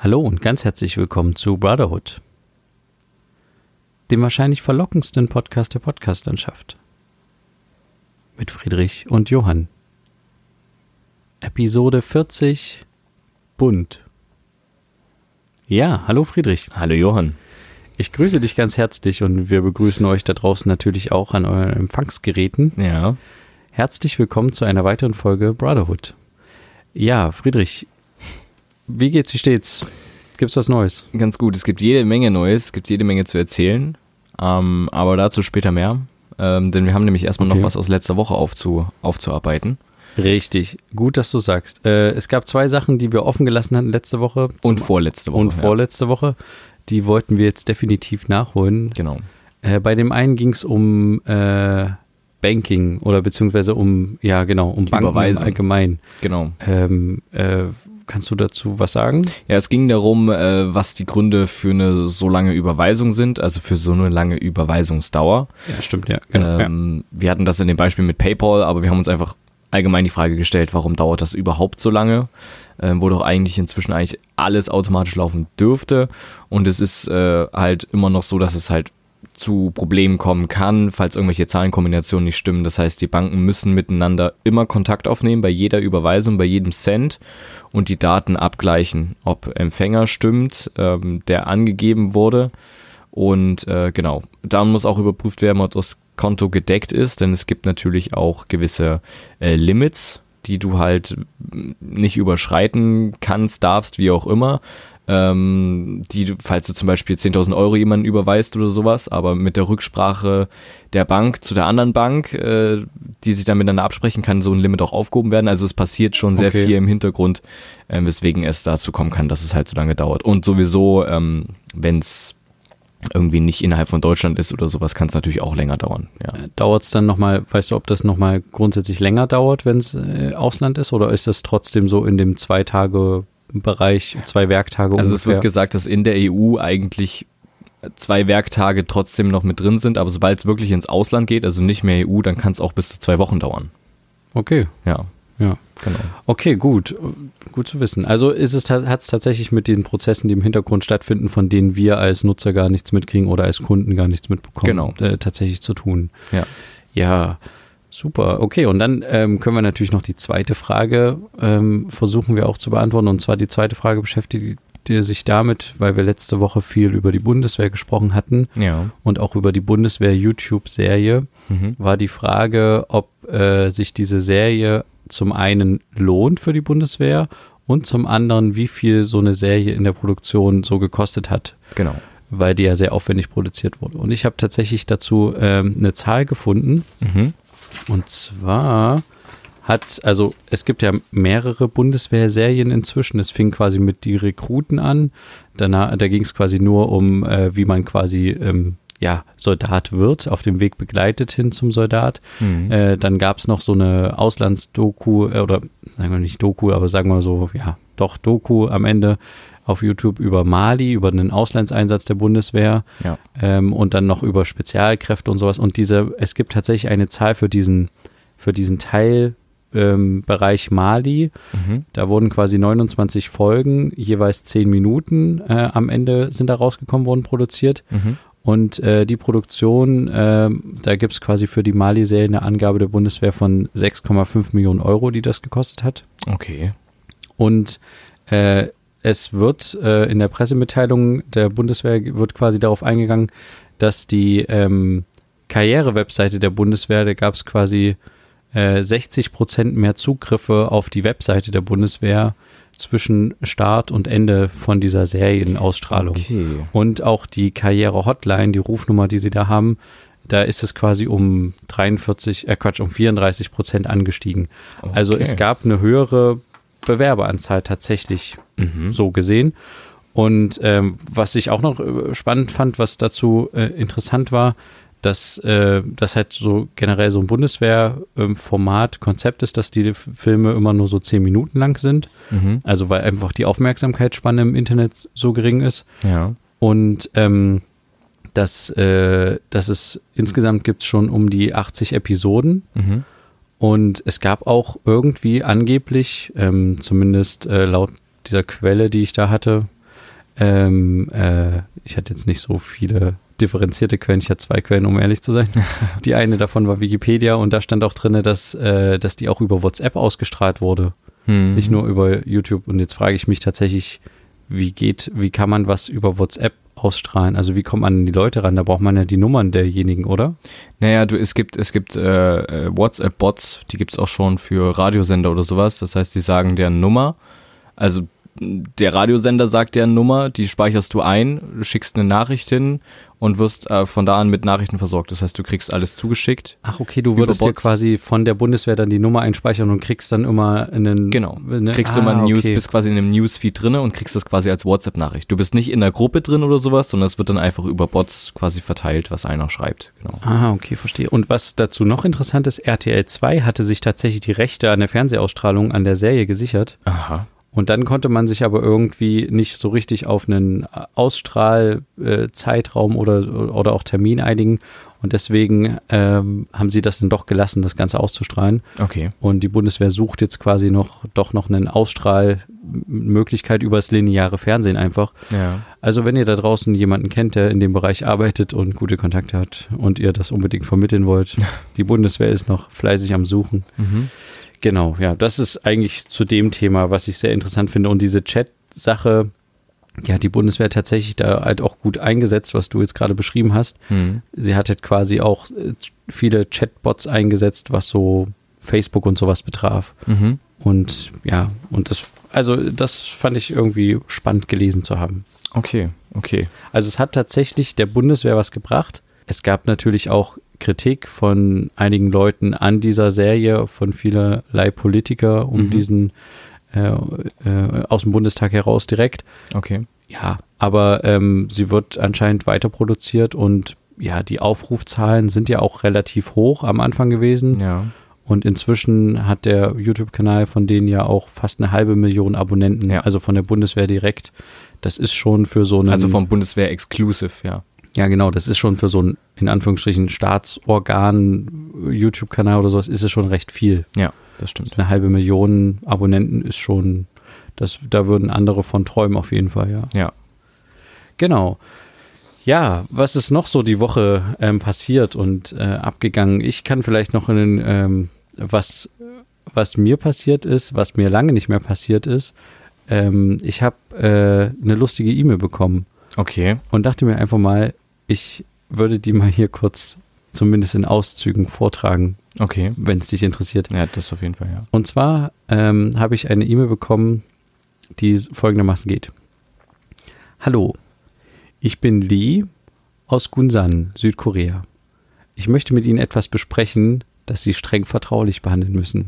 Hallo und ganz herzlich willkommen zu Brotherhood, dem wahrscheinlich verlockendsten Podcast der Podcastlandschaft. Mit Friedrich und Johann. Episode 40, bunt. Ja, hallo Friedrich. Hallo Johann. Ich grüße dich ganz herzlich und wir begrüßen euch da draußen natürlich auch an euren Empfangsgeräten. Ja. Herzlich willkommen zu einer weiteren Folge Brotherhood. Ja, Friedrich, wie geht's, wie steht's? Gibt's was Neues? Ganz gut, es gibt jede Menge Neues, es gibt jede Menge zu erzählen, aber dazu später mehr, denn wir haben nämlich erstmal noch was aus letzter Woche aufzuarbeiten. Richtig, gut, dass du sagst. Es gab zwei Sachen, die wir offen gelassen hatten letzte Woche. Und vorletzte Woche. Vorletzte Woche. Die wollten wir jetzt definitiv nachholen. Genau. Bei dem einen ging es um Banking oder beziehungsweise um Banken Überweisung. Allgemein. Genau. Kannst du dazu was sagen? Ja, es ging darum, was die Gründe für eine so lange Überweisung sind, also für so eine lange Überweisungsdauer. Ja, stimmt, ja. Genau, Wir hatten das in dem Beispiel mit PayPal, aber wir haben uns einfach allgemein die Frage gestellt, warum dauert das überhaupt so lange, wo doch eigentlich inzwischen alles automatisch laufen dürfte, und es ist halt immer noch so, dass es halt zu Problemen kommen kann, falls irgendwelche Zahlenkombinationen nicht stimmen. Das heißt, die Banken müssen miteinander immer Kontakt aufnehmen bei jeder Überweisung, bei jedem Cent und die Daten abgleichen, ob Empfänger stimmt, der angegeben wurde, und genau, dann muss auch überprüft werden, ob das Konto gedeckt ist, denn es gibt natürlich auch gewisse Limits, die du halt nicht überschreiten kannst, darfst, wie auch immer, falls du zum Beispiel 10.000 Euro jemanden überweist oder sowas, aber mit der Rücksprache der Bank zu der anderen Bank, die sich dann miteinander absprechen, kann so ein Limit auch aufgehoben werden. Also es passiert schon sehr viel im Hintergrund, weswegen es dazu kommen kann, dass es halt so lange dauert. Und sowieso, wenn es irgendwie nicht innerhalb von Deutschland ist oder sowas, kann es natürlich auch länger dauern. Ja. Dauert es dann nochmal, weißt du, ob das nochmal grundsätzlich länger dauert, wenn es Ausland ist, oder ist das trotzdem so in dem 2-Tage-Bereich, 2 Werktage Also ungefähr? Es wird gesagt, dass in der EU eigentlich 2 Werktage trotzdem noch mit drin sind, aber sobald es wirklich ins Ausland geht, also nicht mehr EU, dann kann es auch bis zu 2 Wochen dauern. Okay. Ja, genau. Okay, gut zu wissen. Also hat es tatsächlich mit den Prozessen, die im Hintergrund stattfinden, von denen wir als Nutzer gar nichts mitkriegen oder als Kunden gar nichts mitbekommen, tatsächlich zu tun. Ja, super. Okay, und dann können wir natürlich noch die zweite Frage versuchen wir auch zu beantworten. Und zwar die zweite Frage beschäftigt sich damit, weil wir letzte Woche viel über die Bundeswehr gesprochen hatten und auch über die Bundeswehr-YouTube-Serie, war die Frage, ob sich diese Serie zum einen lohnt für die Bundeswehr und zum anderen, wie viel so eine Serie in der Produktion so gekostet hat. Genau. Weil die ja sehr aufwendig produziert wurde. Und ich habe tatsächlich dazu eine Zahl gefunden. Und zwar es gibt ja mehrere Bundeswehrserien inzwischen. Es fing quasi mit die Rekruten an. Da ging es quasi nur um, wie man quasi Soldat wird, auf dem Weg begleitet hin zum Soldat. Dann gab es noch so eine Auslandsdoku, oder sagen wir nicht Doku, aber sagen wir so, Doku am Ende auf YouTube über Mali, über einen Auslandseinsatz der Bundeswehr, und dann noch über Spezialkräfte und sowas. Und es gibt tatsächlich eine Zahl für diesen Teilbereich Mali. Da wurden quasi 29 Folgen, jeweils 10 Minuten am Ende sind da rausgekommen, wurden produziert. Und die Produktion, da gibt es quasi für die Mali-Serie eine Angabe der Bundeswehr von 6,5 Millionen Euro, die das gekostet hat. Okay. Und es wird in der Pressemitteilung der Bundeswehr wird quasi darauf eingegangen, dass die Karriere-Webseite der Bundeswehr, da gab es quasi 60% mehr Zugriffe auf die Webseite der Bundeswehr zwischen Start und Ende von dieser Serienausstrahlung. Okay. Und auch die Karriere-Hotline, die Rufnummer, die sie da haben, da ist es quasi um 34% angestiegen. Okay. Also es gab eine höhere Bewerberanzahl tatsächlich so gesehen. Und was ich auch noch spannend fand, was dazu interessant war, dass das halt so generell so ein Bundeswehr-Format, Konzept ist, dass die Filme immer nur so 10 Minuten lang sind. Also weil einfach die Aufmerksamkeitsspanne im Internet so gering ist. Ja. Und dass es insgesamt gibt es schon um die 80 Episoden. Und es gab auch irgendwie angeblich, zumindest laut dieser Quelle, die ich da hatte, Ich hatte jetzt nicht so viele differenzierte Quellen, ich hatte 2 Quellen, um ehrlich zu sein. Die eine davon war Wikipedia und da stand auch drin, dass die auch über WhatsApp ausgestrahlt wurde, nicht nur über YouTube. Und jetzt frage ich mich tatsächlich, wie kann man was über WhatsApp ausstrahlen? Also wie kommt man an die Leute ran? Da braucht man ja die Nummern derjenigen, oder? Naja, es gibt WhatsApp-Bots, die gibt es auch schon für Radiosender oder sowas. Das heißt, die sagen deren Nummer, also der Radiosender sagt deren Nummer, die speicherst du ein, schickst eine Nachricht hin und wirst von da an mit Nachrichten versorgt. Das heißt, du kriegst alles zugeschickt. Ach, okay, du würdest dir quasi von der Bundeswehr dann die Nummer einspeichern und kriegst dann immer einen... Genau, kriegst du immer ein News, bist quasi in einem Newsfeed drin und kriegst das quasi als WhatsApp-Nachricht. Du bist nicht in der Gruppe drin oder sowas, sondern es wird dann einfach über Bots quasi verteilt, was einer schreibt. Genau. Ah, okay, verstehe. Und was dazu noch interessant ist, RTL 2 hatte sich tatsächlich die Rechte an der Fernsehausstrahlung an der Serie gesichert. Aha. Und dann konnte man sich aber irgendwie nicht so richtig auf einen Ausstrahlzeitraum oder auch Termin einigen. Und deswegen haben sie das dann doch gelassen, das Ganze auszustrahlen. Okay. Und die Bundeswehr sucht jetzt quasi noch eine Ausstrahlmöglichkeit über das lineare Fernsehen einfach. Ja. Also wenn ihr da draußen jemanden kennt, der in dem Bereich arbeitet und gute Kontakte hat und ihr das unbedingt vermitteln wollt, die Bundeswehr ist noch fleißig am Suchen. Mhm. Genau, ja, das ist eigentlich zu dem Thema, was ich sehr interessant finde. Und diese Chat-Sache, die hat die Bundeswehr tatsächlich da halt auch gut eingesetzt, was du jetzt gerade beschrieben hast. Sie hat halt quasi auch viele Chatbots eingesetzt, was so Facebook und sowas betraf. Und ja, das fand ich irgendwie spannend gelesen zu haben. Okay. Also es hat tatsächlich der Bundeswehr was gebracht. Es gab natürlich auch Kritik von einigen Leuten an dieser Serie, von vielerlei Politiker diesen aus dem Bundestag heraus direkt. Okay. Ja, aber sie wird anscheinend weiter produziert und ja, die Aufrufzahlen sind ja auch relativ hoch am Anfang gewesen. Ja. Und inzwischen hat der YouTube-Kanal von denen ja auch fast 500.000 Abonnenten, also von der Bundeswehr direkt. Das ist schon für so einen... Also vom Bundeswehr Exclusive, ja. Ja, genau, das ist schon für so ein, in Anführungsstrichen, Staatsorgan-YouTube-Kanal oder sowas, ist es schon recht viel. Ja, das stimmt. 500.000 Abonnenten ist schon, da würden andere von träumen auf jeden Fall, ja. Ja. Genau. Ja, was ist noch so die Woche passiert und abgegangen? Ich kann vielleicht noch was mir passiert ist, was mir lange nicht mehr passiert ist. Ich habe eine lustige E-Mail bekommen. Okay. Und dachte mir einfach mal, ich würde die mal hier kurz zumindest in Auszügen vortragen. Okay. Wenn es dich interessiert. Ja, das auf jeden Fall, ja. Und zwar habe ich eine E-Mail bekommen, die folgendermaßen geht. Hallo, ich bin Lee aus Gunsan, Südkorea. Ich möchte mit Ihnen etwas besprechen, das Sie streng vertraulich behandeln müssen.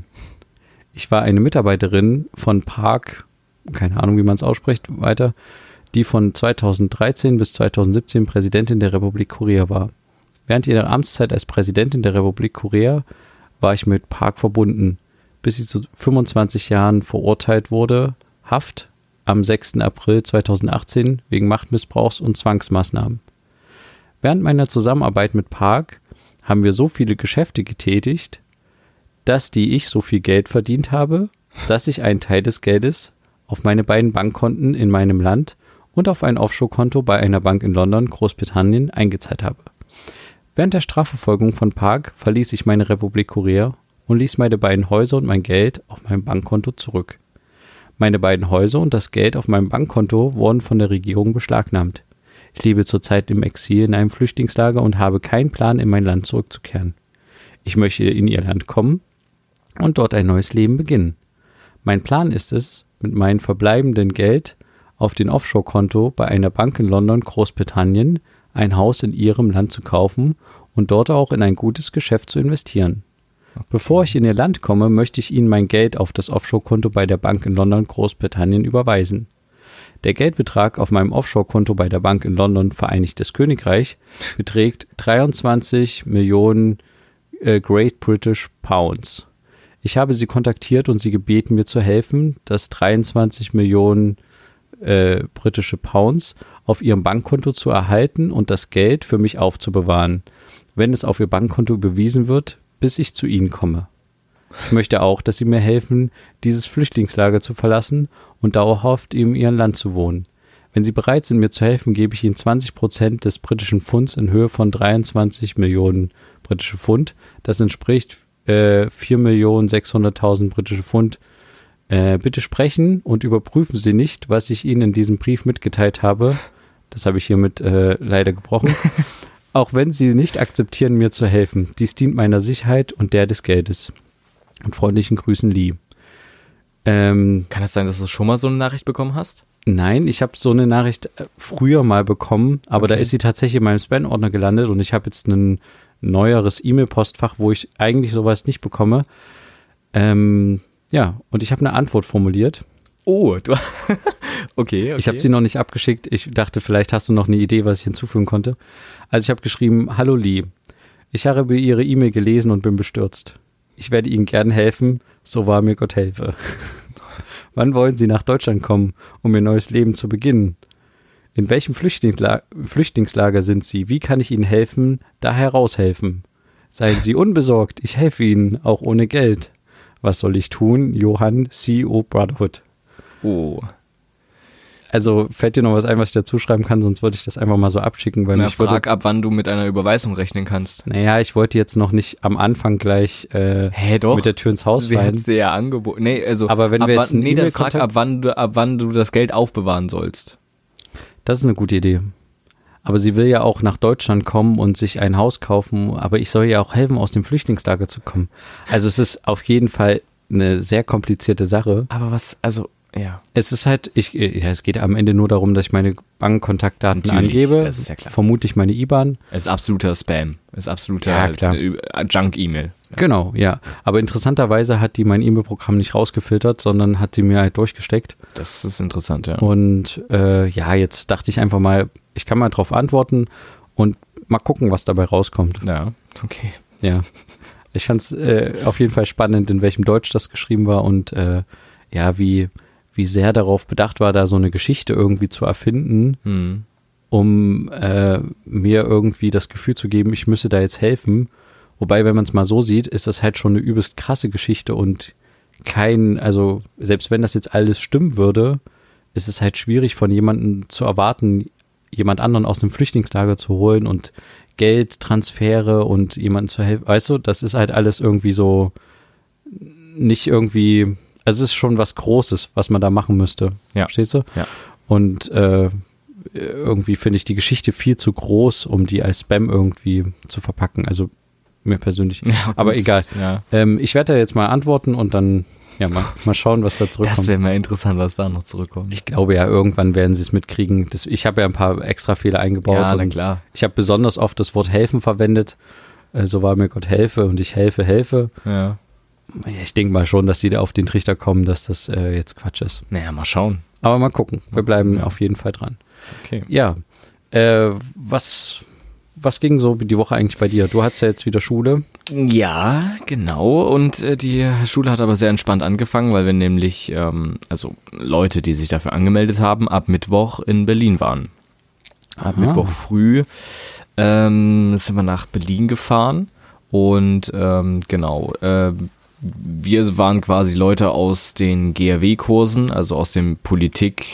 Ich war eine Mitarbeiterin von Park, keine Ahnung, wie man es ausspricht, weiter, die von 2013 bis 2017 Präsidentin der Republik Korea war. Während ihrer Amtszeit als Präsidentin der Republik Korea war ich mit Park verbunden, bis sie zu 25 Jahren verurteilt wurde, Haft am 6. April 2018 wegen Machtmissbrauchs und Zwangsmaßnahmen. Während meiner Zusammenarbeit mit Park haben wir so viele Geschäfte getätigt, dass ich so viel Geld verdient habe, dass ich einen Teil des Geldes auf meine beiden Bankkonten in meinem Land und auf ein Offshore-Konto bei einer Bank in London, Großbritannien, eingezahlt habe. Während der Strafverfolgung von Park verließ ich meine Republik Korea und ließ meine beiden Häuser und mein Geld auf meinem Bankkonto zurück. Meine beiden Häuser und das Geld auf meinem Bankkonto wurden von der Regierung beschlagnahmt. Ich lebe zurzeit im Exil in einem Flüchtlingslager und habe keinen Plan, in mein Land zurückzukehren. Ich möchte in ihr Land kommen und dort ein neues Leben beginnen. Mein Plan ist es, mit meinem verbleibenden Geld auf dem Offshore-Konto bei einer Bank in London, Großbritannien, ein Haus in ihrem Land zu kaufen und dort auch in ein gutes Geschäft zu investieren. Okay. Bevor ich in ihr Land komme, möchte ich Ihnen mein Geld auf das Offshore-Konto bei der Bank in London, Großbritannien überweisen. Der Geldbetrag auf meinem Offshore-Konto bei der Bank in London, Vereinigtes Königreich, beträgt 23 Millionen Great British Pounds. Ich habe sie kontaktiert und sie gebeten, mir zu helfen, das 23 Millionen britische Pounds auf ihrem Bankkonto zu erhalten und das Geld für mich aufzubewahren, wenn es auf ihr Bankkonto überwiesen wird, bis ich zu ihnen komme. Ich möchte auch, dass sie mir helfen, dieses Flüchtlingslager zu verlassen und dauerhaft in ihrem Land zu wohnen. Wenn Sie bereit sind, mir zu helfen, gebe ich Ihnen 20% des britischen Pfunds in Höhe von 23 Millionen britische Pfund. Das entspricht 4.600.000 britische Pfund. Bitte sprechen und überprüfen Sie nicht, was ich Ihnen in diesem Brief mitgeteilt habe. Das habe ich hiermit leider gebrochen. Auch wenn Sie nicht akzeptieren, mir zu helfen. Dies dient meiner Sicherheit und der des Geldes. Und freundlichen Grüßen, Lee. Kann es sein, dass du schon mal so eine Nachricht bekommen hast? Nein, ich habe so eine Nachricht früher mal bekommen, aber da ist sie tatsächlich in meinem Spam-Ordner gelandet und ich habe jetzt ein neueres E-Mail-Postfach, wo ich eigentlich sowas nicht bekomme. Ja, und ich habe eine Antwort formuliert. Oh, du. Okay. Ich habe sie noch nicht abgeschickt. Ich dachte, vielleicht hast du noch eine Idee, was ich hinzufügen konnte. Also ich habe geschrieben, hallo Lee, ich habe Ihre E-Mail gelesen und bin bestürzt. Ich werde Ihnen gern helfen, so wahr mir Gott helfe. Wann wollen Sie nach Deutschland kommen, um Ihr neues Leben zu beginnen? In welchem Flüchtlingslager sind Sie? Wie kann ich Ihnen helfen, da heraushelfen? Seien Sie unbesorgt, ich helfe Ihnen, auch ohne Geld. Was soll ich tun? Johann, CEO Brotherhood. Oh. Also fällt dir noch was ein, was ich dazu schreiben kann, sonst würde ich das einfach mal so abschicken. Weil frag ab, wann du mit einer Überweisung rechnen kannst. Naja, ich wollte jetzt noch nicht am Anfang gleich doch. mit der Tür ins Haus fallen. Sie hat dir ja angeboten. Nee, also, aber wenn wir jetzt dann frag ab, wann du das Geld aufbewahren sollst. Das ist eine gute Idee. Aber sie will ja auch nach Deutschland kommen und sich ein Haus kaufen, aber ich soll ja auch helfen, aus dem Flüchtlingslager zu kommen. Also es ist auf jeden Fall eine sehr komplizierte Sache. Aber ja. Es ist halt, es geht am Ende nur darum, dass ich meine Bankkontaktdaten angebe. Das ist ja klar. Vermutlich meine IBAN. Es ist absoluter Spam. Es ist absoluter Junk-E-Mail. Genau, ja. Aber interessanterweise hat die mein E-Mail-Programm nicht rausgefiltert, sondern hat sie mir halt durchgesteckt. Das ist interessant, ja. Und jetzt dachte ich einfach mal, ich kann mal drauf antworten und mal gucken, was dabei rauskommt. Ja, okay. Ja. Ich fand es auf jeden Fall spannend, in welchem Deutsch das geschrieben war und wie sehr darauf bedacht war, da so eine Geschichte irgendwie zu erfinden, um mir irgendwie das Gefühl zu geben, ich müsse da jetzt helfen. Wobei, wenn man es mal so sieht, ist das halt schon eine übelst krasse Geschichte und also selbst wenn das jetzt alles stimmen würde, ist es halt schwierig von jemandem zu erwarten, jemand anderen aus dem Flüchtlingslager zu holen und Geldtransfere und jemandem zu helfen. Weißt du, das ist halt alles irgendwie so nicht irgendwie, also es ist schon was Großes, was man da machen müsste. Ja. Verstehst du? Ja. Und irgendwie finde ich die Geschichte viel zu groß, um die als Spam irgendwie zu verpacken. Also mir persönlich. Ja, aber egal. Ja. Ich werde da jetzt mal antworten und dann mal schauen, was da zurückkommt. Das wäre mal interessant, was da noch zurückkommt. Ich glaube ja, irgendwann werden sie es mitkriegen. Ich habe ja ein paar extra Fehler eingebaut. Ja, na klar. Ich habe besonders oft das Wort helfen verwendet. So wahr mir Gott helfe und ich helfe. Ja. Ich denke mal schon, dass sie da auf den Trichter kommen, dass das jetzt Quatsch ist. Naja, mal schauen. Aber mal gucken. Wir bleiben auf jeden Fall dran. Okay. Ja. Was ging so die Woche eigentlich bei dir? Du hattest ja jetzt wieder Schule. Ja, genau. Und die Schule hat aber sehr entspannt angefangen, weil wir nämlich, Leute, die sich dafür angemeldet haben, ab Mittwoch in Berlin waren. Ab Mittwoch früh sind wir nach Berlin gefahren und wir waren quasi Leute aus den GRW-Kursen, also aus dem Politik,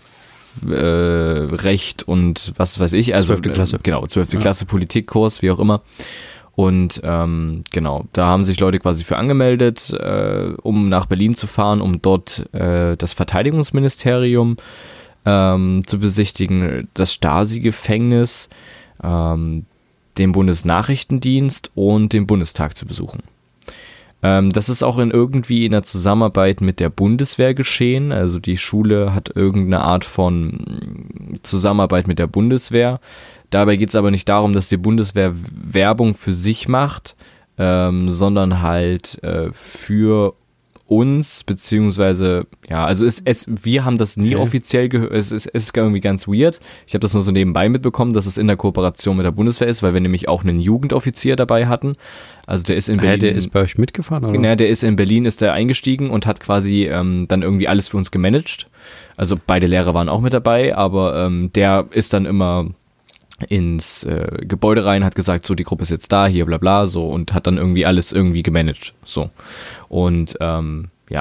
Recht und was weiß ich, also 12. Klasse. Genau, 12. Klasse Politikkurs, wie auch immer. Und da haben sich Leute quasi für angemeldet, um nach Berlin zu fahren, um dort das Verteidigungsministerium zu besichtigen, das Stasi-Gefängnis, den Bundesnachrichtendienst und den Bundestag zu besuchen. Das ist auch irgendwie in der Zusammenarbeit mit der Bundeswehr geschehen. Also die Schule hat irgendeine Art von Zusammenarbeit mit der Bundeswehr. Dabei geht es aber nicht darum, dass die Bundeswehr Werbung für sich macht, sondern halt für uns, beziehungsweise, ja, also wir haben das nie offiziell gehört, es ist irgendwie ganz weird. Ich habe das nur so nebenbei mitbekommen, dass es in der Kooperation mit der Bundeswehr ist, weil wir nämlich auch einen Jugendoffizier dabei hatten. Also der ist in Berlin. Der ist bei euch mitgefahren, oder? Ja, der ist in Berlin, ist der eingestiegen und hat quasi dann irgendwie alles für uns gemanagt. Also beide Lehrer waren auch mit dabei, aber der ist dann immer ins Gebäude rein, hat gesagt, so die Gruppe ist jetzt da, hier bla bla, so, und hat dann irgendwie alles irgendwie gemanagt, so. Und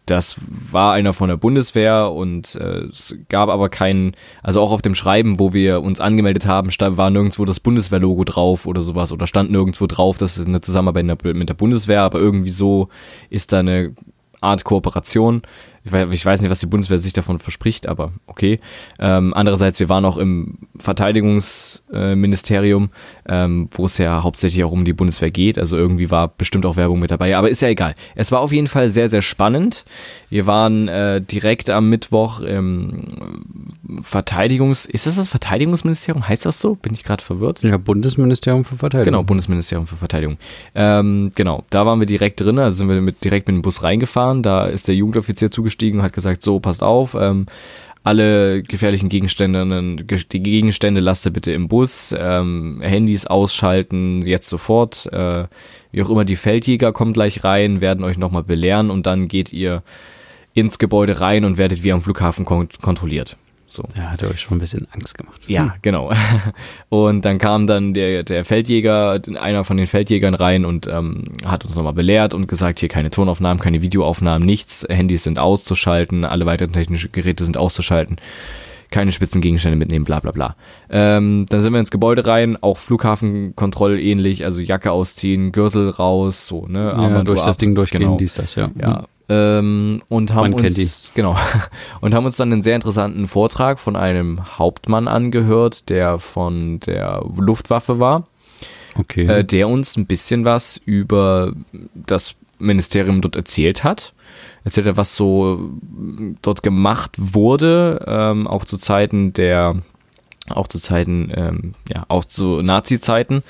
das war einer von der Bundeswehr und es gab aber keinen, also auch auf dem Schreiben, wo wir uns angemeldet haben, war nirgendwo das Bundeswehr-Logo drauf oder sowas oder stand nirgendwo drauf, das ist eine Zusammenarbeit mit der Bundeswehr, aber irgendwie so ist da eine Art Kooperation. Ich weiß nicht, was die Bundeswehr sich davon verspricht, aber okay. Andererseits, wir waren auch im Verteidigungsministerium, wo es ja hauptsächlich auch um die Bundeswehr geht. Also irgendwie war bestimmt auch Werbung mit dabei, aber ist ja egal. Es war auf jeden Fall sehr, sehr spannend. Wir waren direkt am Mittwoch im ist das Verteidigungsministerium? Heißt das so? Bin ich gerade verwirrt? Ja, Bundesministerium für Verteidigung. Genau, Bundesministerium für Verteidigung. Genau, da waren wir direkt drin, also sind wir direkt mit dem Bus reingefahren. Da ist der Jugendoffizier zugestiegen und hat gesagt, so, passt auf, alle gefährlichen die Gegenstände lasst ihr bitte im Bus, Handys ausschalten, jetzt sofort, wie auch immer, die Feldjäger kommen gleich rein, werden euch nochmal belehren und dann geht ihr ins Gebäude rein und werdet wie am Flughafen kontrolliert. So. Ja, hat er euch schon ein bisschen Angst gemacht. Ja, genau. Und dann kam dann der Feldjäger, einer von den Feldjägern rein und hat uns nochmal belehrt und gesagt, hier keine Tonaufnahmen, keine Videoaufnahmen, nichts, Handys sind auszuschalten, alle weiteren technischen Geräte sind auszuschalten, keine Spitzengegenstände mitnehmen, bla bla bla. Dann sind wir ins Gebäude rein, auch Flughafenkontrolle ähnlich, also Jacke ausziehen, Gürtel raus, so, ne? Ja, durch das Ding durchgehen, genau. das, ja. Ja. Und haben uns dann einen sehr interessanten Vortrag von einem Hauptmann angehört, der von der Luftwaffe war, okay. Der uns ein bisschen was über das Ministerium dort erzählt hat, was so dort gemacht wurde, auch zu Nazi-Zeiten,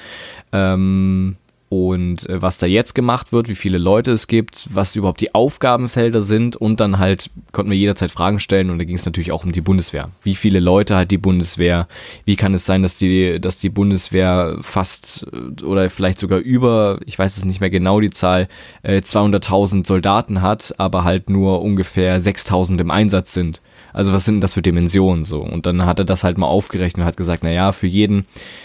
und was da jetzt gemacht wird, wie viele Leute es gibt, was überhaupt die Aufgabenfelder sind und dann halt konnten wir jederzeit Fragen stellen und da ging es natürlich auch um die Bundeswehr. Wie viele Leute hat die Bundeswehr? Wie kann es sein, dass die Bundeswehr fast oder vielleicht sogar über, ich weiß es nicht mehr genau die Zahl, 200.000 Soldaten hat, aber halt nur ungefähr 6.000 im Einsatz sind? Also was sind das für Dimensionen so? Und dann hat er das halt mal aufgerechnet und hat gesagt, naja, für jeden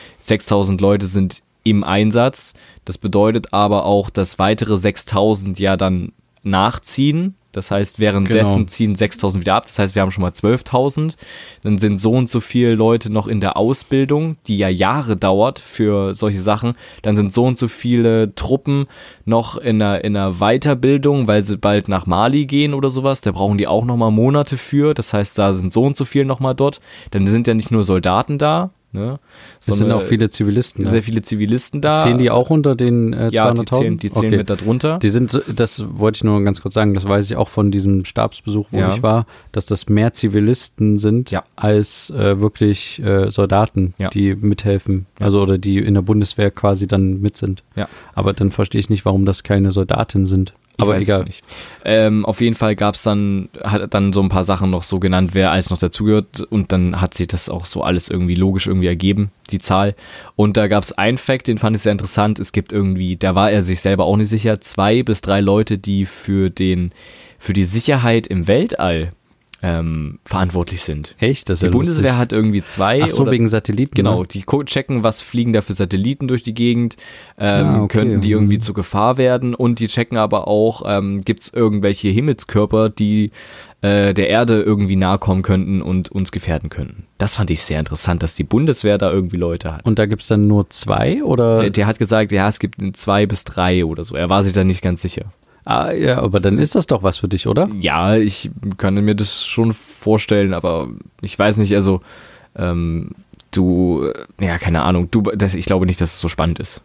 6.000 Leute sind im Einsatz. Das bedeutet aber auch, dass weitere 6.000 ja dann nachziehen. Das heißt, währenddessen ziehen 6.000 wieder ab. Das heißt, wir haben schon mal 12.000. Dann sind so und so viele Leute noch in der Ausbildung, die ja Jahre dauert für solche Sachen. Dann sind so und so viele Truppen noch in einer Weiterbildung, weil sie bald nach Mali gehen oder sowas. Da brauchen die auch nochmal Monate für. Das heißt, da sind so und so viele nochmal dort. Dann sind ja nicht nur Soldaten da, ne? Es sind auch viele Zivilisten. Sehr viele Zivilisten da. Zählen die auch unter den 200.000? Ja, die zählen mit da drunter. Die sind, das wollte ich nur ganz kurz sagen, das weiß ich auch von diesem Stabsbesuch, wo ich war, dass das mehr Zivilisten sind als wirklich Soldaten, die mithelfen. Also oder die in der Bundeswehr quasi dann mit sind. Ja. Aber dann verstehe ich nicht, warum das keine Soldatinnen sind. Aber egal. Nicht. Auf jeden Fall hat dann so ein paar Sachen noch so genannt, wer alles noch dazugehört und dann hat sich das auch so alles irgendwie logisch irgendwie ergeben, die Zahl. Und da gab es einen Fact, den fand ich sehr interessant. Es gibt irgendwie, da war er sich selber auch nicht sicher, 2 bis 3 Leute, die für die Sicherheit im Weltall verantwortlich sind. Echt? Das ist die ja Bundeswehr lustig. hat irgendwie 2. Ach so, wegen Satelliten? Genau, ne? die checken, was fliegen da für Satelliten durch die Gegend, könnten die irgendwie zur Gefahr werden und die checken aber auch, gibt es irgendwelche Himmelskörper, die der Erde irgendwie nahe kommen könnten und uns gefährden könnten. Das fand ich sehr interessant, dass die Bundeswehr da irgendwie Leute hat. Und da gibt es dann nur 2 oder? Der hat gesagt, ja, es gibt 2 bis 3 oder so. Er war sich da nicht ganz sicher. Ah, ja, aber dann ist das doch was für dich, oder? Ja, ich kann mir das schon vorstellen, aber ich weiß nicht, also keine Ahnung, ich glaube nicht, dass es so spannend ist.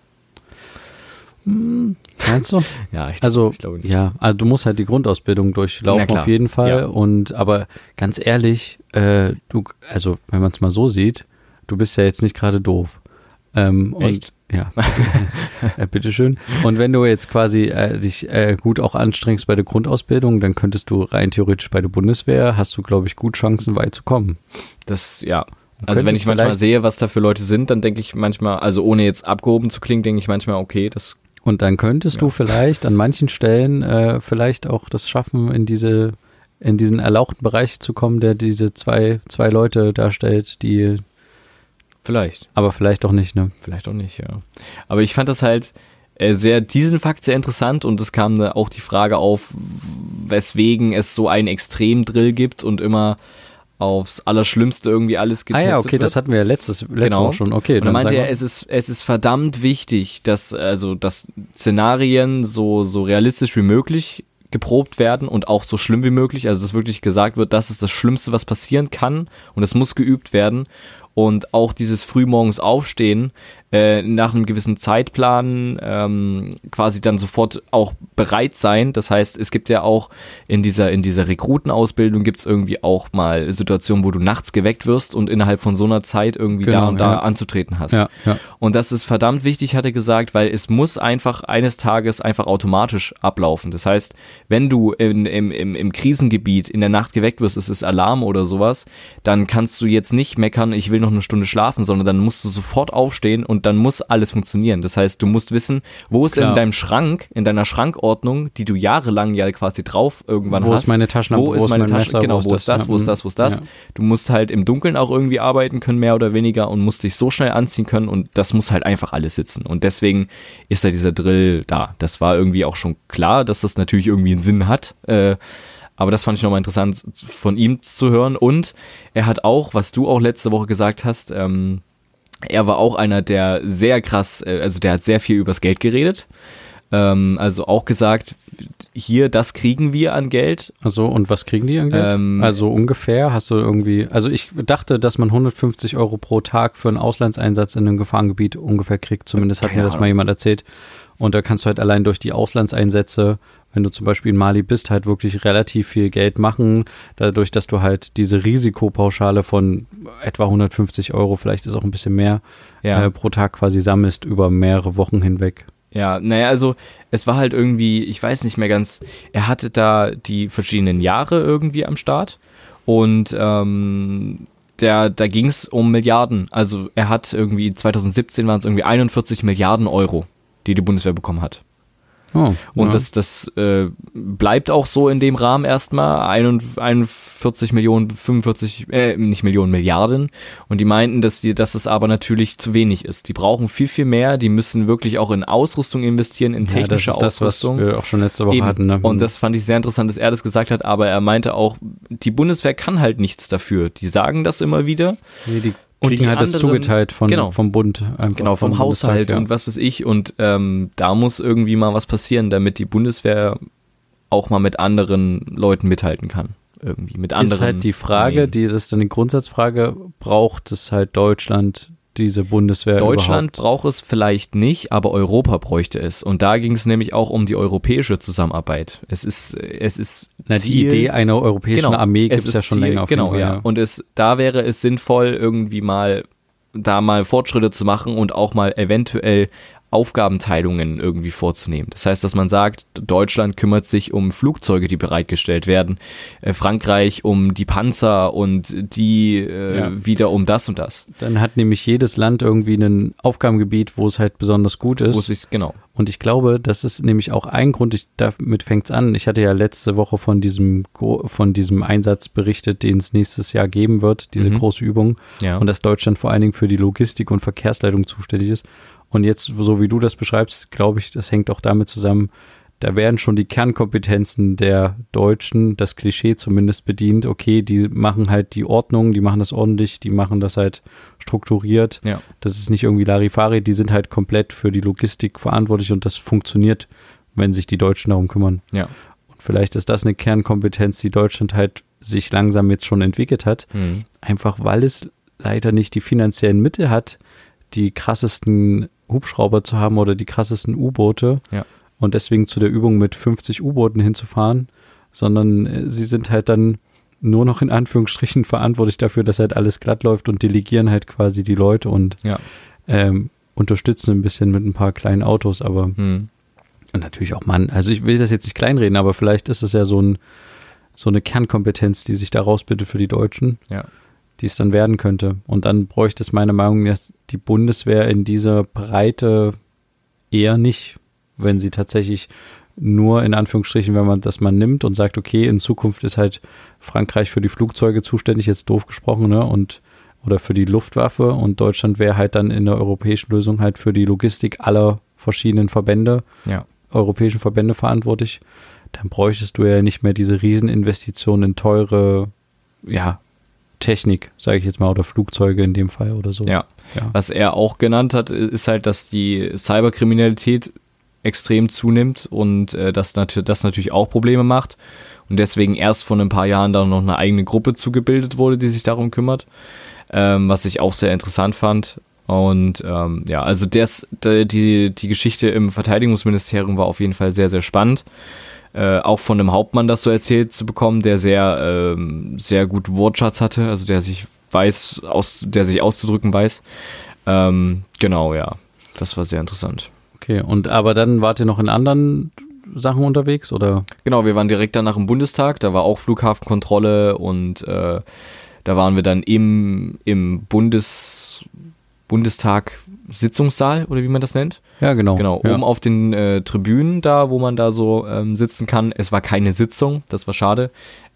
Meinst du? Ja, ich glaube nicht. Ja, also du musst halt die Grundausbildung durchlaufen auf jeden Fall. Ja. Aber ganz ehrlich, also wenn man es mal so sieht, du bist ja jetzt nicht gerade doof. Echt? Und ja, bitteschön. Und wenn du jetzt quasi dich gut auch anstrengst bei der Grundausbildung, dann könntest du rein theoretisch bei der Bundeswehr, hast du, glaube ich, gut Chancen, weit zu kommen. Das, ja. Also wenn ich manchmal sehe, was da für Leute sind, dann denke ich manchmal, also ohne jetzt abgehoben zu klingen, denke ich manchmal, okay, das... Und dann könntest du vielleicht an manchen Stellen vielleicht auch das schaffen, in diesen erlauchten Bereich zu kommen, der diese zwei Leute darstellt, die... Vielleicht. Aber vielleicht auch nicht, ne? Vielleicht auch nicht, ja. Aber ich fand das halt, diesen Fakt sehr interessant und es kam auch die Frage auf, weswegen es so einen Extremdrill gibt und immer aufs Allerschlimmste irgendwie alles getestet wird. Okay, das hatten wir ja letzte Woche schon. Okay, und dann meinte er, es ist verdammt wichtig, dass Szenarien so realistisch wie möglich geprobt werden und auch so schlimm wie möglich, also dass wirklich gesagt wird, das ist das Schlimmste, was passieren kann und es muss geübt werden. Und auch dieses frühmorgens Aufstehen nach einem gewissen Zeitplan quasi dann sofort auch bereit sein. Das heißt, es gibt ja auch in dieser Rekrutenausbildung gibt es irgendwie auch mal Situationen, wo du nachts geweckt wirst und innerhalb von so einer Zeit irgendwie da anzutreten hast. Ja. Und das ist verdammt wichtig, hat er gesagt, weil es muss einfach eines Tages einfach automatisch ablaufen. Das heißt, wenn du im Krisengebiet in der Nacht geweckt wirst, es ist Alarm oder sowas, dann kannst du jetzt nicht meckern, ich will noch eine Stunde schlafen, sondern dann musst du sofort aufstehen und dann muss alles funktionieren. Das heißt, du musst wissen, wo ist in deinem Schrank, in deiner Schrankordnung, die du jahrelang ja quasi drauf irgendwann hast. Wo ist meine Taschenlampe? Wo ist meine Tasche? Genau, wo ist das? Ja. Du musst halt im Dunkeln auch irgendwie arbeiten können, mehr oder weniger, und musst dich so schnell anziehen können und das muss halt einfach alles sitzen. Und deswegen ist da dieser Drill da. Das war irgendwie auch schon klar, dass das natürlich irgendwie einen Sinn hat. Aber das fand ich nochmal interessant von ihm zu hören. Und er hat auch, was du auch letzte Woche gesagt hast, er war auch einer, der sehr krass, also der hat sehr viel übers Geld geredet. Also auch gesagt, hier, das kriegen wir an Geld. Also und was kriegen die an Geld? Also ungefähr, hast du irgendwie, also ich dachte, dass man 150 € pro Tag für einen Auslandseinsatz in einem Gefahrengebiet ungefähr kriegt. Zumindest hat mir das mal jemand erzählt. Und da kannst du halt allein durch die Auslandseinsätze, wenn du zum Beispiel in Mali bist, halt wirklich relativ viel Geld machen, dadurch, dass du halt diese Risikopauschale von etwa 150 €, vielleicht ist auch ein bisschen mehr, pro Tag quasi sammelst über mehrere Wochen hinweg. Ja, naja, also es war halt irgendwie, ich weiß nicht mehr ganz, er hatte da die verschiedenen Jahre irgendwie am Start und da ging es um Milliarden. Also er hat irgendwie, 2017 waren es irgendwie 41 Milliarden €, die Bundeswehr bekommen hat. Oh, und das bleibt auch so in dem Rahmen erstmal, 41 Millionen, 45, nicht Millionen, Milliarden. Und die meinten, dass das aber natürlich zu wenig ist. Die brauchen viel, viel mehr. Die müssen wirklich auch in Ausrüstung investieren, in technische Ausrüstung. Das, was wir auch schon letzte Woche hatten. Ne? Und das fand ich sehr interessant, dass er das gesagt hat. Aber er meinte auch, die Bundeswehr kann halt nichts dafür. Die sagen das immer wieder. Nee, die kriegen halt das zugeteilt vom Bund. Genau, vom Haushalt und was weiß ich. Und da muss irgendwie mal was passieren, damit die Bundeswehr auch mal mit anderen Leuten mithalten kann. Irgendwie mit anderen. Ist halt die Frage, das ist dann die Grundsatzfrage, braucht es halt Deutschland diese Bundeswehr Deutschland überhaupt? Braucht es vielleicht nicht, aber Europa bräuchte es. Und da ging es nämlich auch um die europäische Zusammenarbeit. Es ist die Idee einer europäischen Armee gibt es ja schon länger. Genau, ja. Und da wäre es sinnvoll, irgendwie mal Fortschritte zu machen und auch mal eventuell Aufgabenteilungen irgendwie vorzunehmen. Das heißt, dass man sagt, Deutschland kümmert sich um Flugzeuge, die bereitgestellt werden, Frankreich um die Panzer und die wieder um das und das. Dann hat nämlich jedes Land irgendwie ein Aufgabengebiet, wo es halt besonders gut ist. Genau. Und ich glaube, das ist nämlich auch ein Grund, damit fängt's an. Ich hatte ja letzte Woche von diesem Einsatz berichtet, den es nächstes Jahr geben wird, diese große Übung. Ja. Und dass Deutschland vor allen Dingen für die Logistik und Verkehrsleitung zuständig ist. Und jetzt, so wie du das beschreibst, glaube ich, das hängt auch damit zusammen, da werden schon die Kernkompetenzen der Deutschen, das Klischee zumindest bedient. Okay, die machen halt die Ordnung, die machen das ordentlich, die machen das halt strukturiert. Ja. Das ist nicht irgendwie Larifari, die sind halt komplett für die Logistik verantwortlich und das funktioniert, wenn sich die Deutschen darum kümmern. Ja. Und vielleicht ist das eine Kernkompetenz, die Deutschland halt sich langsam jetzt schon entwickelt hat. Einfach weil es leider nicht die finanziellen Mittel hat, die krassesten Hubschrauber zu haben oder die krassesten U-Boote und deswegen zu der Übung mit 50 U-Booten hinzufahren, sondern sie sind halt dann nur noch in Anführungsstrichen verantwortlich dafür, dass halt alles glatt läuft und delegieren halt quasi die Leute und unterstützen ein bisschen mit ein paar kleinen Autos, aber und natürlich auch also ich will das jetzt nicht kleinreden, aber vielleicht ist es ja so eine Kernkompetenz, die sich da rausbildet für die Deutschen. Ja. Die es dann werden könnte. Und dann bräuchte es meiner Meinung nach die Bundeswehr in dieser Breite eher nicht, wenn sie tatsächlich nur in Anführungsstrichen, wenn man das mal nimmt und sagt, okay, in Zukunft ist halt Frankreich für die Flugzeuge zuständig, jetzt doof gesprochen, ne, oder für die Luftwaffe und Deutschland wäre halt dann in der europäischen Lösung halt für die Logistik aller verschiedenen europäischen Verbände verantwortlich, dann bräuchtest du ja nicht mehr diese Rieseninvestitionen in teure, Technik, sage ich jetzt mal, oder Flugzeuge in dem Fall oder so. Ja. Was er auch genannt hat, ist halt, dass die Cyberkriminalität extrem zunimmt und das natürlich auch Probleme macht und deswegen erst vor ein paar Jahren da noch eine eigene Gruppe zugebildet wurde, die sich darum kümmert, was ich auch sehr interessant fand. Und also die Geschichte im Verteidigungsministerium war auf jeden Fall sehr, sehr spannend. Auch von einem Hauptmann das so erzählt zu bekommen, der sehr, sehr gut Wortschatz hatte, also der sich auszudrücken weiß. Genau, ja. Das war sehr interessant. Okay, aber dann wart ihr noch in anderen Sachen unterwegs, oder? Genau, wir waren direkt danach im Bundestag, da war auch Flughafenkontrolle und da waren wir dann im Bundestag Sitzungssaal oder wie man das nennt. Ja, genau. Oben auf den Tribünen da, wo man da so sitzen kann. Es war keine Sitzung, das war schade.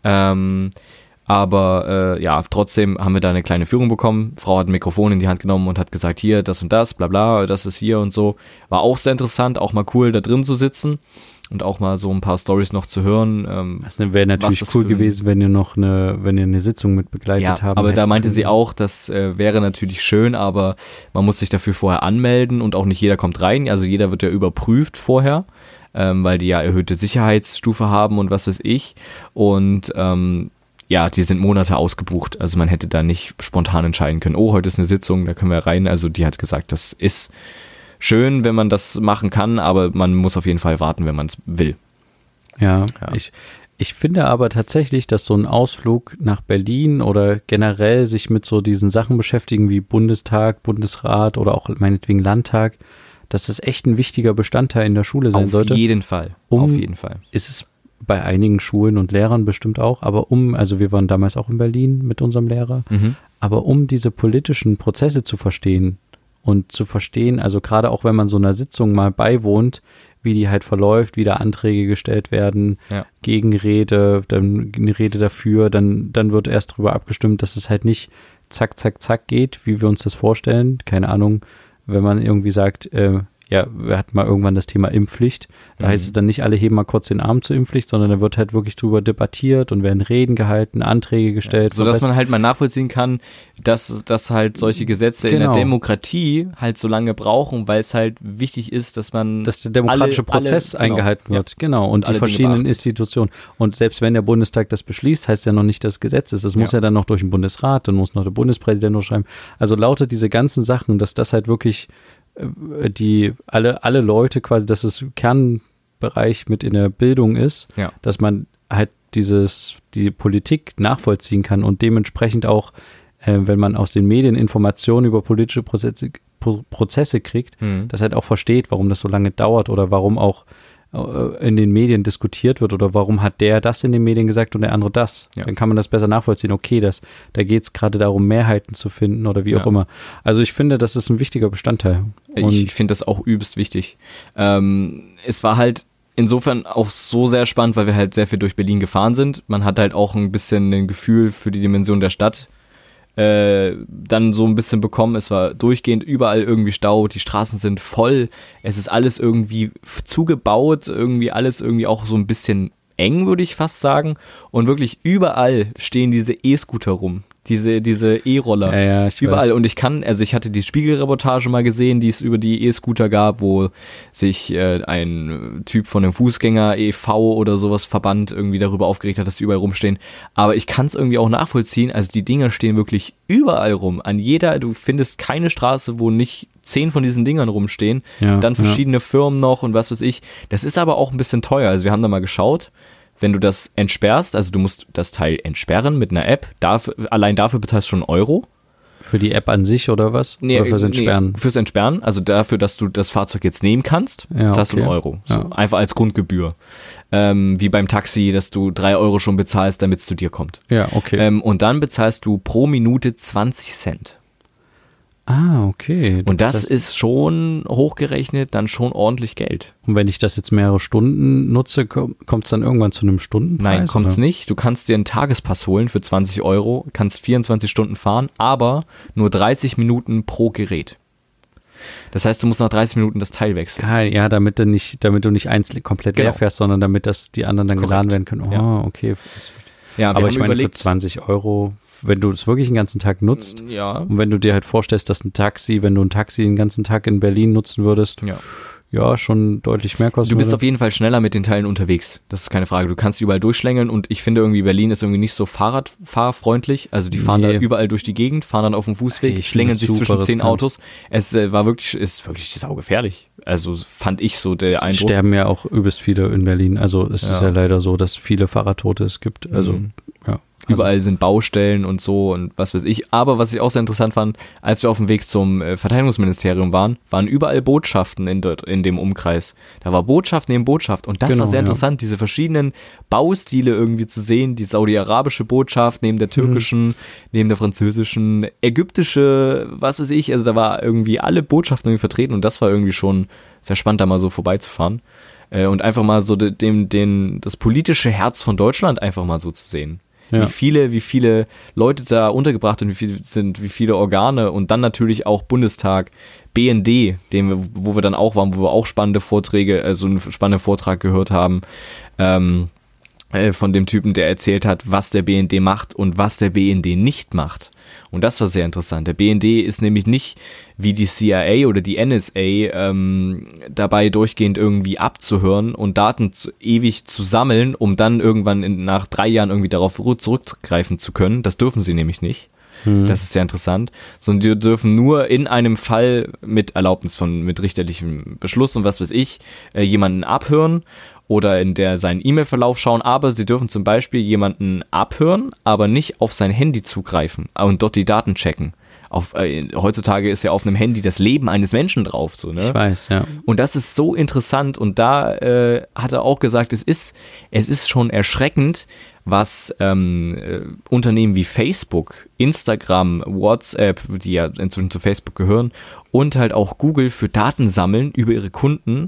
Aber trotzdem haben wir da eine kleine Führung bekommen. Frau hat ein Mikrofon in die Hand genommen und hat gesagt, hier, das und das, bla bla, das ist hier und so. War auch sehr interessant, auch mal cool, da drin zu sitzen und auch mal so ein paar Storys noch zu hören. Das wäre natürlich cool gewesen, wenn ihr eine Sitzung mit begleitet habt. Aber da meinte sie auch, das wäre natürlich schön, aber man muss sich dafür vorher anmelden und auch nicht jeder kommt rein. Also jeder wird ja überprüft vorher, weil die ja erhöhte Sicherheitsstufe haben und was weiß ich. Und die sind Monate ausgebucht. Also man hätte da nicht spontan entscheiden können, heute ist eine Sitzung, da können wir rein. Also die hat gesagt, das ist schön, wenn man das machen kann, aber man muss auf jeden Fall warten, wenn man es will. Ja. Ich finde aber tatsächlich, dass so ein Ausflug nach Berlin oder generell sich mit so diesen Sachen beschäftigen wie Bundestag, Bundesrat oder auch meinetwegen Landtag, dass das echt ein wichtiger Bestandteil in der Schule sein sollte. Auf jeden Fall. Ist es bei einigen Schulen und Lehrern bestimmt auch, aber also wir waren damals auch in Berlin mit unserem Lehrer, aber um diese politischen Prozesse zu verstehen, also gerade auch wenn man so einer Sitzung mal beiwohnt, wie die halt verläuft, wie da Anträge gestellt werden, Gegenrede, dann eine Rede dafür, dann wird erst darüber abgestimmt, dass es halt nicht zack, zack, zack geht, wie wir uns das vorstellen. Keine Ahnung, wenn man irgendwie sagt, wir hatten mal irgendwann das Thema Impfpflicht. Da heißt es dann nicht, alle heben mal kurz den Arm zur Impfpflicht, sondern da wird halt wirklich drüber debattiert und werden Reden gehalten, Anträge gestellt. So dass man halt mal nachvollziehen kann, dass halt solche Gesetze in der Demokratie halt so lange brauchen, weil es halt wichtig ist, dass der demokratische Prozess eingehalten wird. Genau. Und die verschiedenen Institutionen. Und selbst wenn der Bundestag das beschließt, heißt ja noch nicht, dass Gesetz ist. Das muss ja dann noch durch den Bundesrat, dann muss noch der Bundespräsident unterschreiben. Also lautet diese ganzen Sachen, dass das halt wirklich alle Leute quasi, dass es Kernbereich mit in der Bildung ist, dass man halt die Politik nachvollziehen kann und dementsprechend auch, wenn man aus den Medien Informationen über politische Prozesse kriegt, das halt auch versteht, warum das so lange dauert oder warum auch in den Medien diskutiert wird oder warum hat der das in den Medien gesagt und der andere das. Ja. Dann kann man das besser nachvollziehen. Okay, da geht es gerade darum, Mehrheiten zu finden oder wie auch immer. Also ich finde, das ist ein wichtiger Bestandteil. Und ich finde das auch übelst wichtig. Es war halt insofern auch so sehr spannend, weil wir halt sehr viel durch Berlin gefahren sind. Man hat halt auch ein bisschen ein Gefühl für die Dimension der Stadt dann so ein bisschen bekommen. Es war durchgehend überall irgendwie Stau, die Straßen sind voll, es ist alles irgendwie zugebaut, irgendwie alles irgendwie auch so ein bisschen eng, würde ich fast sagen. Und wirklich überall stehen diese E-Scooter rum. Diese E-Roller. Ja, ich überall. weiß. Und ich hatte die Spiegelreportage mal gesehen, die es über die E-Scooter gab, wo sich ein Typ von einem Fußgänger e.V. oder sowas Verband irgendwie darüber aufgeregt hat, dass die überall rumstehen. Aber ich kann es irgendwie auch nachvollziehen. Also die Dinger stehen wirklich überall rum. Du findest keine Straße, wo nicht 10 von diesen Dingern rumstehen. Ja, dann verschiedene Firmen noch und was weiß ich. Das ist aber auch ein bisschen teuer. Also wir haben da mal geschaut. Wenn du das entsperrst, also du musst das Teil entsperren mit einer App, allein dafür bezahlst du schon €1. Für die App an sich oder was? Nee, oder fürs Entsperren? Nee, fürs Entsperren, also dafür, dass du das Fahrzeug jetzt nehmen kannst, bezahlst du €1. So, einfach als Grundgebühr. Wie beim Taxi, dass du €3 schon bezahlst, damit es zu dir kommt. Ja, okay. Und dann bezahlst du pro Minute 20 Cent. Ah, okay. Und das ist schon hochgerechnet dann schon ordentlich Geld. Und wenn ich das jetzt mehrere Stunden nutze, kommt es dann irgendwann zu einem Stundenpreis? Nein, kommt es nicht. Du kannst dir einen Tagespass holen für 20 €, kannst 24 Stunden fahren, aber nur 30 Minuten pro Gerät. Das heißt, du musst nach 30 Minuten das Teil wechseln. Ja, damit du nicht eins komplett leer fährst, sondern damit die anderen dann geladen werden können. Oh, okay. Ja, aber ich meine, für 20 €, wenn du es wirklich den ganzen Tag nutzt, und wenn du dir halt vorstellst, dass wenn du ein Taxi den ganzen Tag in Berlin nutzen würdest, schon deutlich mehr kosten. Du bist auf jeden Fall schneller mit den Teilen unterwegs. Das ist keine Frage. Du kannst überall durchschlängeln und ich finde irgendwie, Berlin ist irgendwie nicht so fahrradfahrfreundlich. Also die fahren da überall durch die Gegend, fahren dann auf dem Fußweg, schlängeln sich zwischen 10 Autos. Es ist wirklich saugefährlich. Also fand ich so der Eindruck. Es sterben ja auch übelst viele in Berlin. Also es ist ja leider so, dass viele Fahrradtote es gibt. Also Überall sind Baustellen und so und was weiß ich. Aber was ich auch sehr interessant fand, als wir auf dem Weg zum Verteidigungsministerium waren überall Botschaften in dem Umkreis. Da war Botschaft neben Botschaft und das war sehr interessant, diese verschiedenen Baustile irgendwie zu sehen. Die saudi-arabische Botschaft neben der türkischen, neben der französischen, ägyptische, was weiß ich. Also da war irgendwie alle Botschaften irgendwie vertreten und das war irgendwie schon sehr spannend, da mal so vorbeizufahren. Und einfach mal so das politische Herz von Deutschland einfach mal so zu sehen. Ja. Wie viele Leute da untergebracht und wie viele Organe und dann natürlich auch Bundestag, BND, wo wir dann auch waren, wo wir auch spannende Vorträge, also einen spannenden Vortrag gehört haben, von dem Typen, der erzählt hat, was der BND macht und was der BND nicht macht. Und das war sehr interessant. Der BND ist nämlich nicht wie die CIA oder die NSA dabei durchgehend irgendwie abzuhören und Daten ewig zu sammeln, um dann irgendwann nach 3 Jahren irgendwie darauf zurückgreifen zu können. Das dürfen sie nämlich nicht. Das ist sehr interessant. Sondern die dürfen nur in einem Fall mit Erlaubnis mit richterlichem Beschluss und was weiß ich, jemanden abhören oder in seinen E-Mail-Verlauf schauen, aber sie dürfen zum Beispiel jemanden abhören, aber nicht auf sein Handy zugreifen und dort die Daten checken. Heutzutage ist ja auf einem Handy das Leben eines Menschen drauf. So, ne? Ich weiß, ja. Und das ist so interessant und da hat er auch gesagt, es ist schon erschreckend, was Unternehmen wie Facebook, Instagram, WhatsApp, die ja inzwischen zu Facebook gehören, und halt auch Google für Daten sammeln über ihre Kunden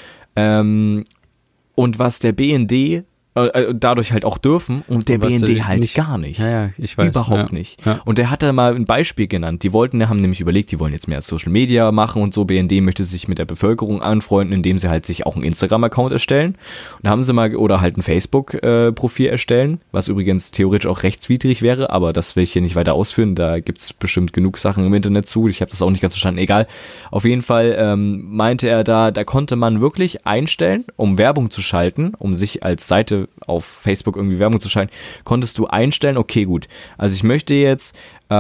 und was der BND dadurch halt auch dürfen und der BND halt nicht, gar nicht. Ja, ich weiß. Überhaupt nicht. Ja. Und der hat da mal ein Beispiel genannt. Die haben nämlich überlegt, die wollen jetzt mehr Social Media machen und so. BND möchte sich mit der Bevölkerung anfreunden, indem sie halt sich auch einen Instagram-Account erstellen. Und da haben sie oder halt ein Facebook-Profil erstellen, was übrigens theoretisch auch rechtswidrig wäre, aber das will ich hier nicht weiter ausführen. Da gibt's bestimmt genug Sachen im Internet zu. Ich habe das auch nicht ganz verstanden. Egal. Auf jeden Fall meinte er da konnte man wirklich einstellen, um Werbung zu schalten, um sich als Seite auf Facebook irgendwie Werbung zu schalten, konntest du einstellen, okay, gut, also ich möchte jetzt,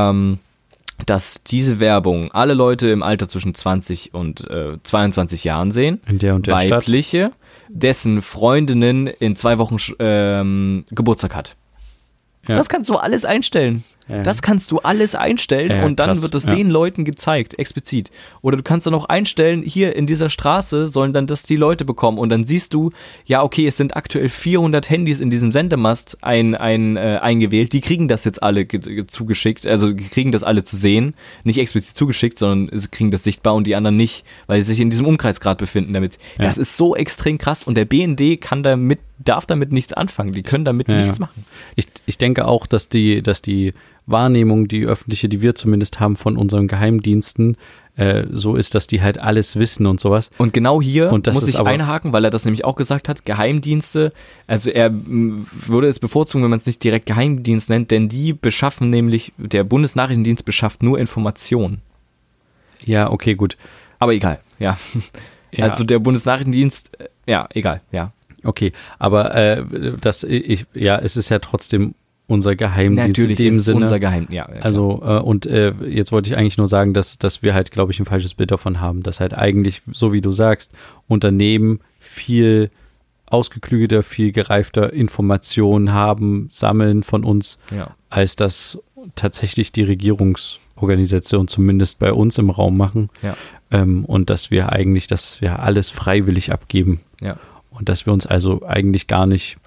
dass diese Werbung alle Leute im Alter zwischen 20 und 22 Jahren sehen, in der und der weibliche, Stadt, dessen Freundinnen in 2 Wochen Geburtstag hat. Ja. Das kannst du alles einstellen. Ja. Das kannst du alles einstellen und dann wird es den Leuten gezeigt, explizit. Oder du kannst dann auch einstellen, hier in dieser Straße sollen dann das die Leute bekommen und dann siehst du, ja okay, es sind aktuell 400 Handys in diesem Sendemast eingewählt, die kriegen das jetzt alle zugeschickt, also die kriegen das alle zu sehen, nicht explizit zugeschickt, sondern sie kriegen das sichtbar und die anderen nicht, weil sie sich in diesem Umkreis gerade befinden damit. Ja. Das ist so extrem krass und der BND darf damit nichts anfangen, die können damit nichts machen. Ich denke auch, dass die Wahrnehmung, die öffentliche, die wir zumindest haben von unseren Geheimdiensten, so ist, dass die halt alles wissen und sowas. Und genau hier muss ich einhaken, weil er das nämlich auch gesagt hat, Geheimdienste, also er würde es bevorzugen, wenn man es nicht direkt Geheimdienst nennt, denn der Bundesnachrichtendienst beschafft nur Informationen. Ja, okay, gut. Aber egal, ja. Also der Bundesnachrichtendienst, egal, ja. Okay, aber es ist ja trotzdem unser Geheimdienst. Natürlich in dem ist Sinne. Unser Geheimdienst, ja. Also, jetzt wollte ich eigentlich nur sagen, dass wir halt, glaube ich, ein falsches Bild davon haben, dass halt eigentlich, so wie du sagst, Unternehmen viel ausgeklügelter, viel gereifter Informationen sammeln von uns, als das tatsächlich die Regierungsorganisation zumindest bei uns im Raum machen. Ja. Und dass wir alles freiwillig abgeben. Ja. Und dass wir uns also eigentlich gar nicht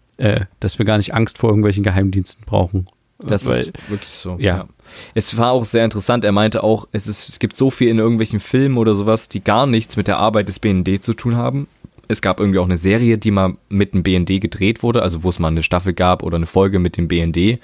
Angst vor irgendwelchen Geheimdiensten brauchen. Das ist wirklich so. Ja. Es war auch sehr interessant. Er meinte auch, es gibt so viel in irgendwelchen Filmen oder sowas, die gar nichts mit der Arbeit des BND zu tun haben. es gab irgendwie auch eine Serie, die mal mit dem BND gedreht wurde, also wo es mal eine Staffel gab oder eine Folge mit dem BND,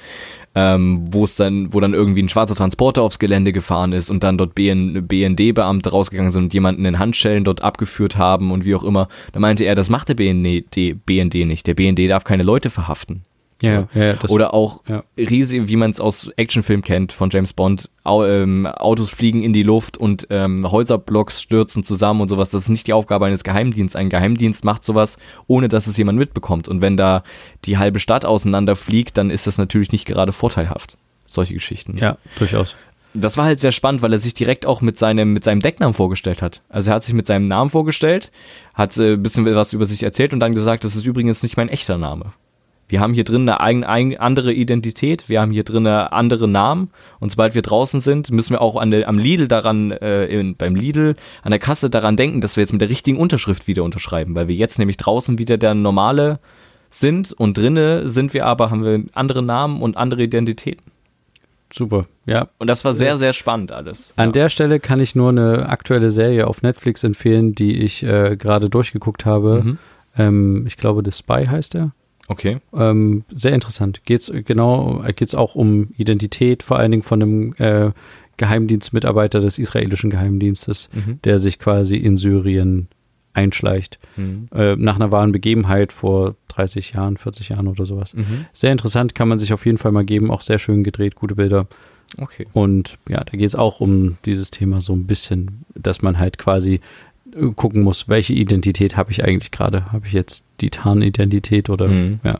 wo dann irgendwie ein schwarzer Transporter aufs Gelände gefahren ist und dann dort BND-Beamte rausgegangen sind und jemanden in Handschellen dort abgeführt haben und wie auch immer. Da meinte er, das macht der BND nicht. Der BND darf keine Leute verhaften. So. Ja, oder auch riesig, wie man es aus Actionfilmen kennt von James Bond, Autos fliegen in die Luft und Häuserblocks stürzen zusammen und sowas. Das ist nicht die Aufgabe eines Geheimdienstes. Ein Geheimdienst macht sowas, ohne dass es jemand mitbekommt. Und wenn da die halbe Stadt auseinanderfliegt, dann ist das natürlich nicht gerade vorteilhaft. Solche Geschichten. Ja, durchaus. Das war halt sehr spannend, weil er sich direkt auch mit seinem Decknamen vorgestellt hat. Also er hat sich mit seinem Namen vorgestellt, hat ein bisschen was über sich erzählt und dann gesagt, das ist übrigens nicht mein echter Name. Wir haben hier drin eine andere Identität, wir haben hier drin andere Namen und sobald wir draußen sind, müssen wir auch am Lidl beim Lidl an der Kasse daran denken, dass wir jetzt mit der richtigen Unterschrift wieder unterschreiben, weil wir jetzt nämlich draußen wieder der Normale sind und drinnen haben wir andere Namen und andere Identitäten. Super, ja. Und das war sehr, sehr spannend alles. An der Stelle kann ich nur eine aktuelle Serie auf Netflix empfehlen, die ich gerade durchgeguckt habe. Ich glaube, The Spy heißt er. Okay. Sehr interessant. Geht's auch um Identität, vor allen Dingen von einem Geheimdienstmitarbeiter des israelischen Geheimdienstes, der sich quasi in Syrien einschleicht. Nach einer wahren Begebenheit vor 30 Jahren, 40 Jahren oder sowas. Sehr interessant, kann man sich auf jeden Fall mal geben. Auch sehr schön gedreht, gute Bilder. Okay. Und ja, da geht es auch um dieses Thema so ein bisschen, dass man halt quasi gucken muss, welche Identität habe ich eigentlich gerade? Habe ich jetzt die Tarnidentität oder ja.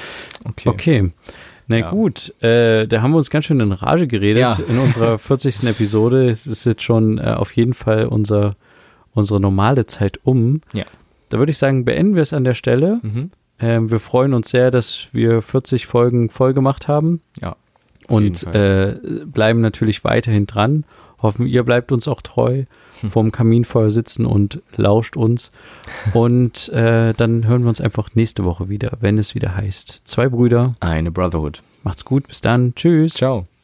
Okay. Na gut, da haben wir uns ganz schön in Rage geredet in unserer 40. Episode. Es ist jetzt schon auf jeden Fall unsere normale Zeit um. Ja. Da würde ich sagen, beenden wir es an der Stelle. Wir freuen uns sehr, dass wir 40 Folgen voll gemacht haben. Ja. Und bleiben natürlich weiterhin dran. Hoffen, ihr bleibt uns auch treu, vorm Kaminfeuer sitzen und lauscht uns. Und dann hören wir uns einfach nächste Woche wieder, wenn es wieder heißt: 2 Brüder. Eine Brotherhood. Macht's gut, bis dann. Tschüss. Ciao.